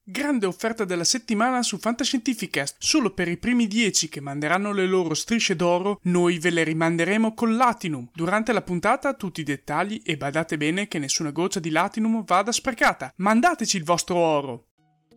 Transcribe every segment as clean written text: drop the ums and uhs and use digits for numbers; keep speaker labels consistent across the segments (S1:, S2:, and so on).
S1: Grande offerta della settimana su Fantascientificast. Solo per i primi 10 che manderanno le loro strisce d'oro, noi ve le rimanderemo con Latinum. Durante la puntata tutti i dettagli e badate bene che nessuna goccia di Latinum vada sprecata. Mandateci il vostro oro!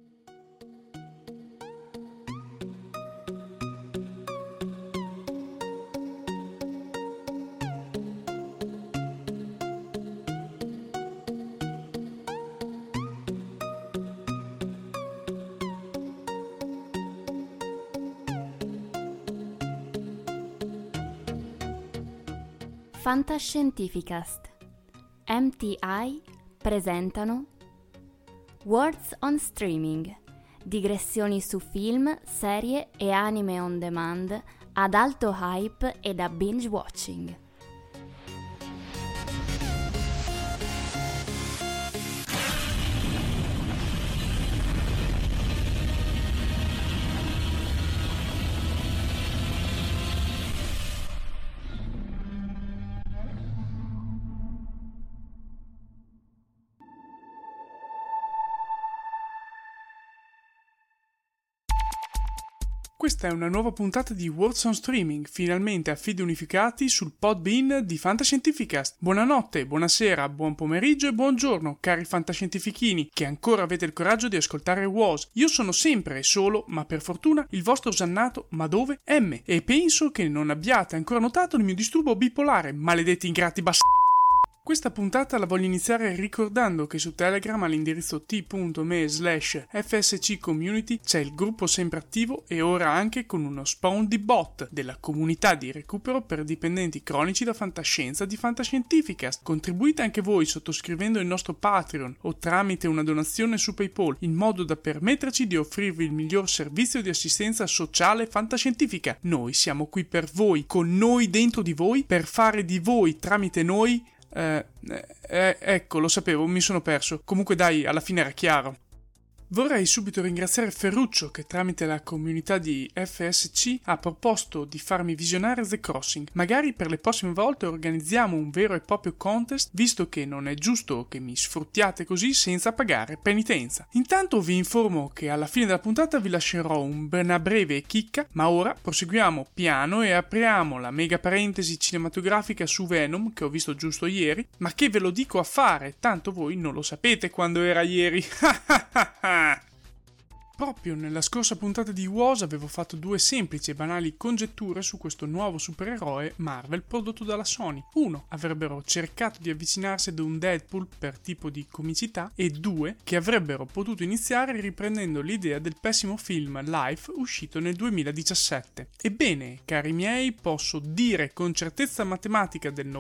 S2: Fantascientificast. MTI presentano Words on Streaming, digressioni su film, serie e anime on demand ad alto hype e da binge watching.
S1: Questa è una nuova puntata di Words on Streaming, finalmente a feed unificati sul Podbean di Fantascientificast. Buonanotte, buonasera, buon pomeriggio e buongiorno, cari fantascientifichini, che ancora avete il coraggio di ascoltare WOS. Io sono sempre e solo, ma per fortuna, il vostro osannato, ma dove? M. E penso che non abbiate ancora notato il mio disturbo bipolare, maledetti ingrati bastardi. Questa puntata la voglio iniziare ricordando che su Telegram all'indirizzo t.me/fsccommunity c'è il gruppo sempre attivo e ora anche con uno spawn di bot della comunità di recupero per dipendenti cronici da fantascienza di Fantascientificast. Contribuite anche voi sottoscrivendo il nostro Patreon o tramite una donazione su PayPal in modo da permetterci di offrirvi il miglior servizio di assistenza sociale fantascientifica. Noi siamo qui per voi, con noi dentro di voi, per fare di voi tramite noi. Ecco, lo sapevo, mi sono perso. Comunque dai, alla fine era chiaro. Vorrei subito ringraziare Ferruccio che tramite la comunità di FSC ha proposto di farmi visionare The Crossing. Magari per le prossime volte organizziamo un vero e proprio contest, visto che non è giusto che mi sfruttiate così senza pagare penitenza. Intanto vi informo che alla fine della puntata vi lascerò una breve chicca, ma ora proseguiamo piano e apriamo la mega parentesi cinematografica su Venom che ho visto giusto ieri, ma che ve lo dico a fare, tanto voi non lo sapete quando era ieri. Proprio nella scorsa puntata di WOS avevo fatto due semplici e banali congetture su questo nuovo supereroe Marvel prodotto dalla Sony. 1. Avrebbero cercato di avvicinarsi ad un Deadpool per tipo di comicità e 2. Che avrebbero potuto iniziare riprendendo l'idea del pessimo film Life uscito nel 2017. Ebbene, cari miei, posso dire con certezza matematica del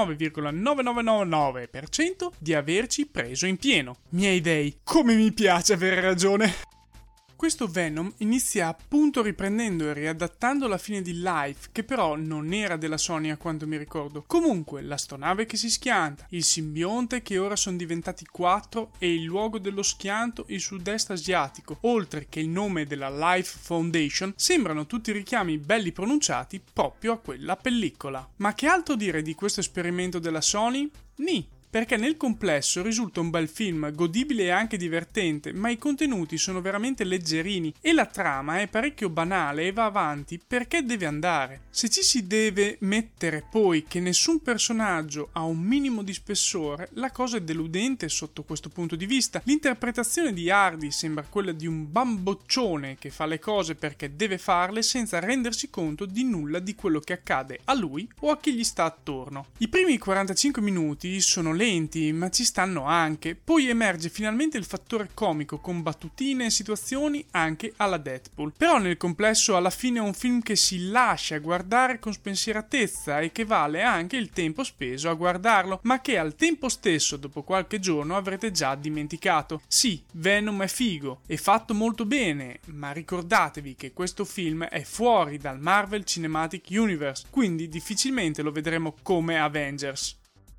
S1: 99,9999% di averci preso in pieno. Miei dei, come mi piace avere ragione! Questo Venom inizia appunto riprendendo e riadattando la fine di Life, che però non era della Sony a quanto mi ricordo. Comunque, l'astronave che si schianta, il simbionte che ora sono diventati 4 e il luogo dello schianto il sud-est asiatico, oltre che il nome della Life Foundation, sembrano tutti richiami belli pronunciati proprio a quella pellicola. Ma che altro dire di questo esperimento della Sony? Ni! Perché nel complesso risulta un bel film, godibile e anche divertente, ma i contenuti sono veramente leggerini e la trama è parecchio banale e va avanti perché deve andare. Se ci si deve mettere poi che nessun personaggio ha un minimo di spessore, la cosa è deludente sotto questo punto di vista. L'interpretazione di Hardy sembra quella di un bamboccione che fa le cose perché deve farle senza rendersi conto di nulla di quello che accade a lui o a chi gli sta attorno. I primi 45 minuti sono lenti, ma ci stanno anche. Poi emerge finalmente il fattore comico con battutine e situazioni anche alla Deadpool. Però nel complesso alla fine è un film che si lascia guardare con spensieratezza e che vale anche il tempo speso a guardarlo, ma che al tempo stesso dopo qualche giorno avrete già dimenticato. Sì, Venom è figo, è fatto molto bene, ma ricordatevi che questo film è fuori dal Marvel Cinematic Universe, quindi difficilmente lo vedremo come Avengers.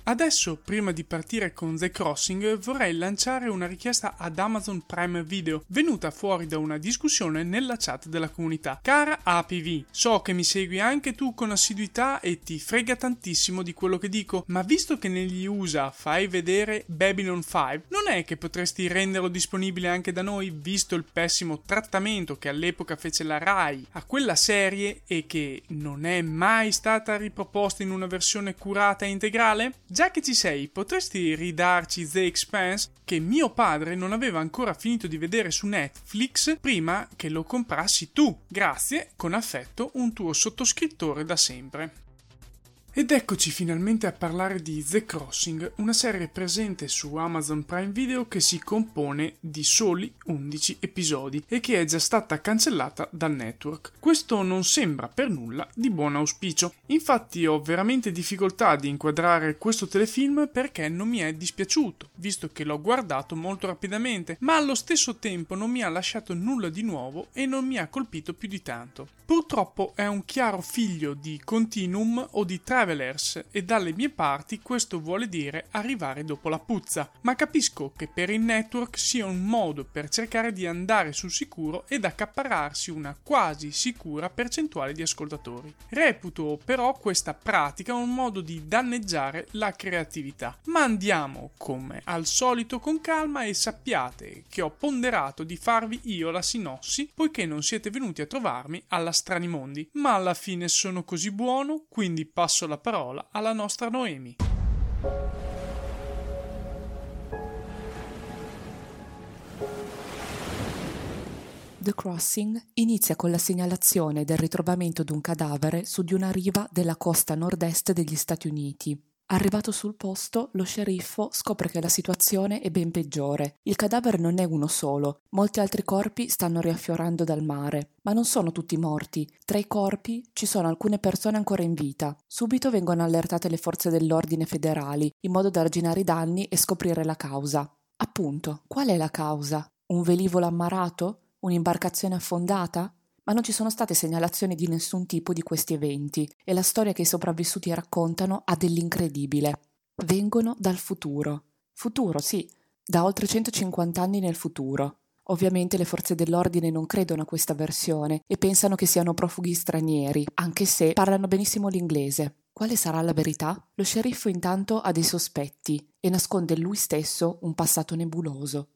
S1: Adesso, prima di partire con The Crossing, vorrei lanciare una richiesta ad Amazon Prime Video, venuta fuori da una discussione nella chat della comunità. Cara APV, so che mi segui anche tu con assiduità e ti frega tantissimo di quello che dico, ma visto che negli USA fai vedere Babylon 5, non è che potresti renderlo disponibile anche da noi, visto il pessimo trattamento che all'epoca fece la Rai a quella serie e che non è mai stata riproposta in una versione curata e integrale? Già che ci sei, potresti ridarci The Expanse, che mio padre non aveva ancora finito di vedere su Netflix prima che lo comprassi tu. Grazie, con affetto, un tuo sottoscrittore da sempre. Ed eccoci finalmente a parlare di The Crossing, una serie presente su Amazon Prime Video che si compone di soli 11 episodi e che è già stata cancellata dal network. Questo non sembra per nulla di buon auspicio. Infatti ho veramente difficoltà di inquadrare questo telefilm perché non mi è dispiaciuto, visto che l'ho guardato molto rapidamente, ma allo stesso tempo non mi ha lasciato nulla di nuovo e non mi ha colpito più di tanto. Purtroppo è un chiaro figlio di Continuum o di Travelers e dalle mie parti questo vuole dire arrivare dopo la puzza, ma capisco che per il network sia un modo per cercare di andare sul sicuro ed accaparrarsi una quasi sicura percentuale di ascoltatori. Reputo però questa pratica un modo di danneggiare la creatività, ma andiamo come al solito con calma e sappiate che ho ponderato di farvi io la sinossi poiché non siete venuti a trovarmi alla Stranimondi, ma alla fine sono così buono, quindi passo la parola alla nostra Noemi.
S3: The Crossing inizia con la segnalazione del ritrovamento di un cadavere su di una riva della costa nord-est degli Stati Uniti. Arrivato sul posto, lo sceriffo scopre che la situazione è ben peggiore. Il cadavere non è uno solo, molti altri corpi stanno riaffiorando dal mare, ma non sono tutti morti. Tra i corpi ci sono alcune persone ancora in vita. Subito vengono allertate le forze dell'ordine federali, in modo da arginare i danni e scoprire la causa. Appunto, qual è la causa? Un velivolo ammarato? Un'imbarcazione affondata? Ma non ci sono state segnalazioni di nessun tipo di questi eventi e la storia che i sopravvissuti raccontano ha dell'incredibile. Vengono dal futuro. Futuro, sì, da oltre 150 anni nel futuro. Ovviamente le forze dell'ordine non credono a questa versione e pensano che siano profughi stranieri, anche se parlano benissimo l'inglese. Quale sarà la verità? Lo sceriffo intanto ha dei sospetti e nasconde lui stesso un passato nebuloso.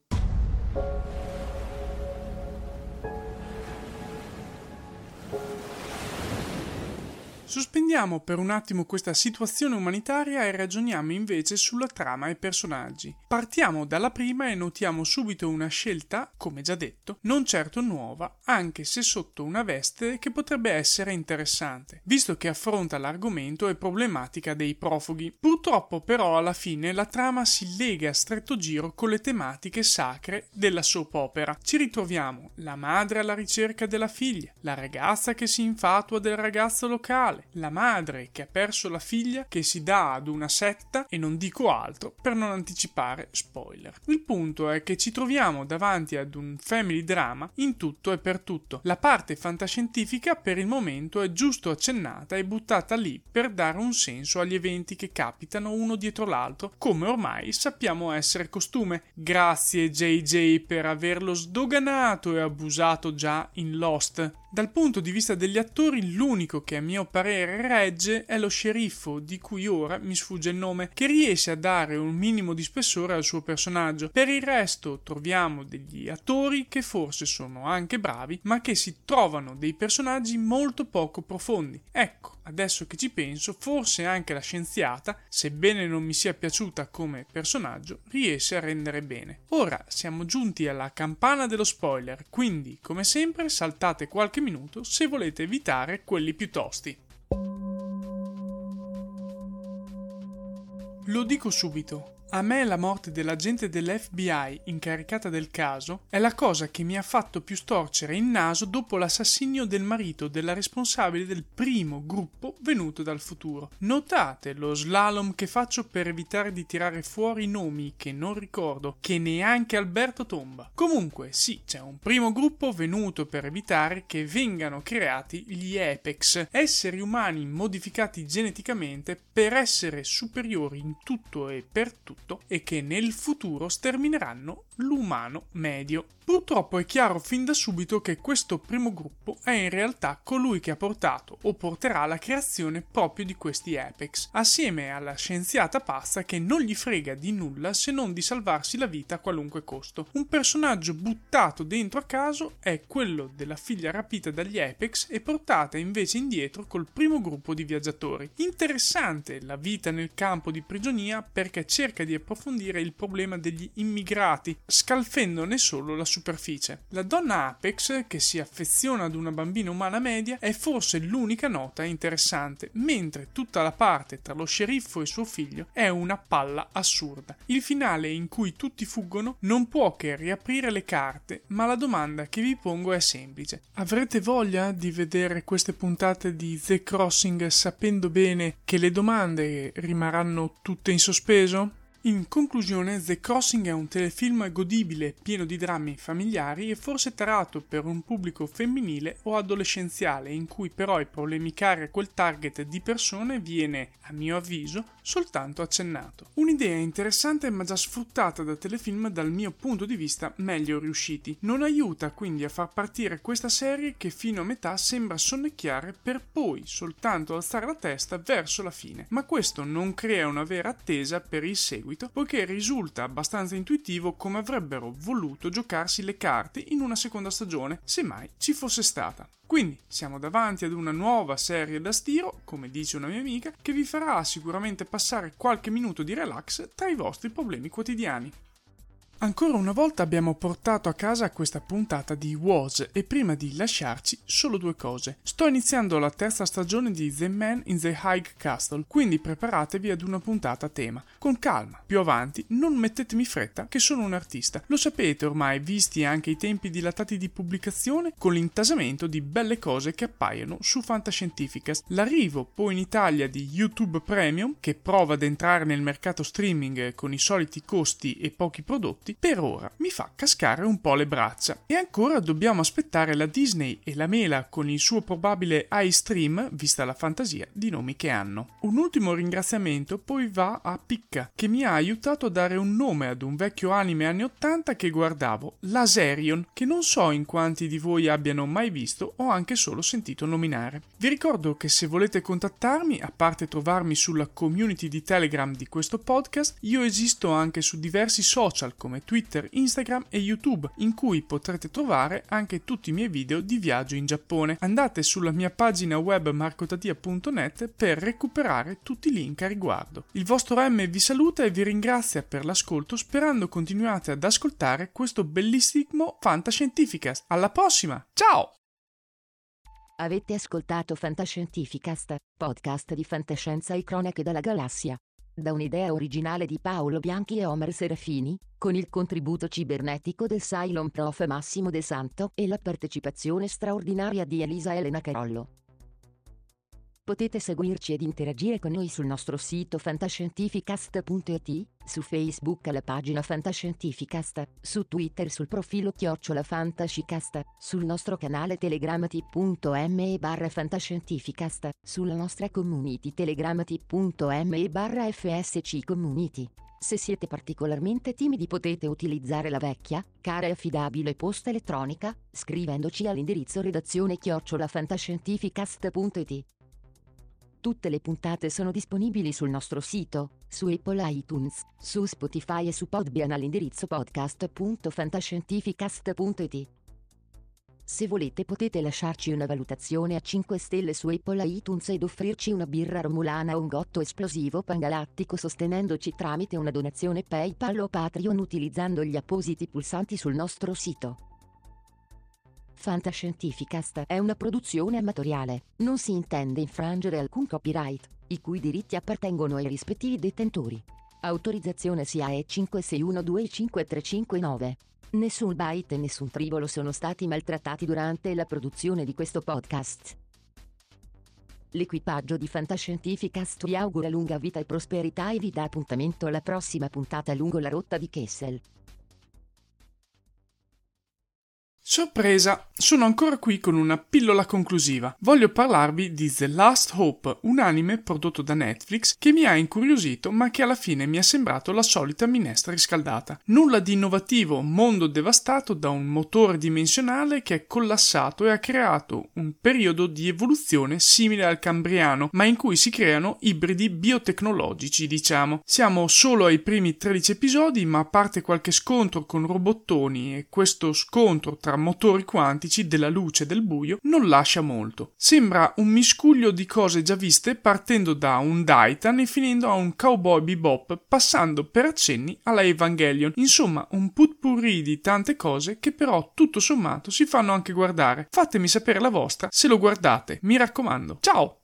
S1: Sospendiamo per un attimo questa situazione umanitaria e ragioniamo invece sulla trama e personaggi. Partiamo dalla prima e notiamo subito una scelta, come già detto, non certo nuova, anche se sotto una veste che potrebbe essere interessante, visto che affronta l'argomento e problematica dei profughi. Purtroppo però alla fine la trama si lega a stretto giro con le tematiche sacre della soap opera. Ci ritroviamo la madre alla ricerca della figlia, la ragazza che si infatua del ragazzo locale, la madre che ha perso la figlia che si dà ad una setta e non dico altro per non anticipare spoiler. Il punto è che ci troviamo davanti ad un family drama in tutto e per tutto. La parte fantascientifica per il momento è giusto accennata e buttata lì per dare un senso agli eventi che capitano uno dietro l'altro, come ormai sappiamo essere costume. Grazie JJ per averlo sdoganato e abusato già in Lost. Dal punto di vista degli attori, l'unico che a mio parere regge è lo sceriffo, di cui ora mi sfugge il nome, che riesce a dare un minimo di spessore al suo personaggio. Per il resto troviamo degli attori che forse sono anche bravi, ma che si trovano dei personaggi molto poco profondi. Ecco, adesso che ci penso, forse anche la scienziata, sebbene non mi sia piaciuta come personaggio, riesce a rendere bene. Ora siamo giunti alla campana dello spoiler, quindi come sempre saltate qualche minuto se volete evitare quelli più tosti. Lo dico subito, A me la morte dell'agente dell'FBI incaricata del caso è la cosa che mi ha fatto più storcere il naso dopo l'assassinio del marito della responsabile del primo gruppo venuto dal futuro. Notate lo slalom che faccio per evitare di tirare fuori nomi che non ricordo, che neanche Alberto tomba. Comunque, sì, c'è un primo gruppo venuto per evitare che vengano creati gli Apex, esseri umani modificati geneticamente per essere superiori in tutto e per tutto e che nel futuro stermineranno l'umano medio. Purtroppo è chiaro fin da subito che questo primo gruppo è in realtà colui che ha portato o porterà alla creazione proprio di questi Apex, assieme alla scienziata pazza che non gli frega di nulla se non di salvarsi la vita a qualunque costo. Un personaggio buttato dentro a caso è quello della figlia rapita dagli Apex e portata invece indietro col primo gruppo di viaggiatori. Interessante la vita nel campo di prigionia perché cerca di approfondire il problema degli immigrati, scalfendone solo la superficie. La donna Apex, che si affeziona ad una bambina umana media, è forse l'unica nota interessante, mentre tutta la parte tra lo sceriffo e suo figlio è una palla assurda. Il finale in cui tutti fuggono non può che riaprire le carte, ma la domanda che vi pongo è semplice. Avrete voglia di vedere queste puntate di The Crossing sapendo bene che le domande rimarranno tutte in sospeso? In conclusione, The Crossing è un telefilm godibile, pieno di drammi familiari e forse tarato per un pubblico femminile o adolescenziale, in cui però il problemicare a quel target di persone viene, a mio avviso, soltanto accennato. Un'idea interessante ma già sfruttata da telefilm dal mio punto di vista meglio riusciti. Non aiuta quindi a far partire questa serie che fino a metà sembra sonnecchiare per poi soltanto alzare la testa verso la fine, ma questo non crea una vera attesa per il seguito, poiché risulta abbastanza intuitivo come avrebbero voluto giocarsi le carte in una seconda stagione, se mai ci fosse stata. Quindi siamo davanti ad una nuova serie da stiro, come dice una mia amica, che vi farà sicuramente passare qualche minuto di relax tra i vostri problemi quotidiani. Ancora una volta abbiamo portato a casa questa puntata di Was e prima di lasciarci solo due cose. Sto iniziando la terza stagione di The Man in the High Castle, quindi preparatevi ad una puntata a tema. Con calma, più avanti, non mettetemi fretta che sono un artista. Lo sapete ormai, visti anche i tempi dilatati di pubblicazione, con l'intasamento di belle cose che appaiono su Fantascientificast. L'arrivo poi in Italia di YouTube Premium, che prova ad entrare nel mercato streaming con i soliti costi e pochi prodotti, per ora mi fa cascare un po' le braccia. E ancora dobbiamo aspettare la Disney e la Mela con il suo probabile iStream, vista la fantasia di nomi che hanno. Un ultimo ringraziamento poi va a Picca, che mi ha aiutato a dare un nome ad un vecchio anime anni 80 che guardavo, Laserion, che non so in quanti di voi abbiano mai visto o anche solo sentito nominare. Vi ricordo che se volete contattarmi, a parte trovarmi sulla community di Telegram di questo podcast, io esisto anche su diversi social come Twitter, Instagram e YouTube, in cui potrete trovare anche tutti i miei video di viaggio in Giappone. Andate sulla mia pagina web marcotadia.net per recuperare tutti i link a riguardo. Il vostro M vi saluta e vi ringrazia per l'ascolto, sperando continuate ad ascoltare questo bellissimo Fantascientificast. Alla prossima, ciao!
S4: Avete ascoltato Fantascientificast, podcast di fantascienza e cronache dalla galassia. Da un'idea originale di Paolo Bianchi e Omer Serafini, con il contributo cibernetico del Cylon Prof Massimo De Santo e la partecipazione straordinaria di Elisa Elena Carollo. Potete seguirci ed interagire con noi sul nostro sito fantascientificast.it, su Facebook alla pagina Fantascientificast, su Twitter sul profilo @fantascicast, sul nostro canale Telegram t.me/fantascientificast, sulla nostra community Telegram t.me/fsc community. Se siete particolarmente timidi potete utilizzare la vecchia, cara e affidabile posta elettronica, scrivendoci all'indirizzo redazione@fantascientificast.it. Tutte le puntate sono disponibili sul nostro sito, su Apple iTunes, su Spotify e su Podbean all'indirizzo podcast.fantascientificast.it. Se volete potete lasciarci una valutazione a 5 stelle su Apple iTunes ed offrirci una birra romulana o un gotto esplosivo pangalattico sostenendoci tramite una donazione PayPal o Patreon utilizzando gli appositi pulsanti sul nostro sito. Fantascientificast è una produzione amatoriale, non si intende infrangere alcun copyright, i cui diritti appartengono ai rispettivi detentori. Autorizzazione SIAE 56125359. Nessun byte e nessun tribolo sono stati maltrattati durante la produzione di questo podcast. L'equipaggio di Fantascientificast vi augura lunga vita e prosperità e vi dà appuntamento alla prossima puntata lungo la rotta di Kessel.
S1: Sorpresa! Sono ancora qui con una pillola conclusiva. Voglio parlarvi di The Last Hope, un anime prodotto da Netflix che mi ha incuriosito ma che alla fine mi è sembrato la solita minestra riscaldata. Nulla di innovativo, mondo devastato da un motore dimensionale che è collassato e ha creato un periodo di evoluzione simile al cambriano, ma in cui si creano ibridi biotecnologici, diciamo. Siamo solo ai primi 13 episodi, ma a parte qualche scontro con robottoni e questo scontro tra motori quantici della luce e del buio non lascia molto. Sembra un miscuglio di cose già viste, partendo da un Daitan e finendo a un Cowboy Bebop, passando per accenni alla Evangelion. Insomma, un putpurri di tante cose che però tutto sommato si fanno anche guardare. Fatemi sapere la vostra se lo guardate, mi raccomando. Ciao!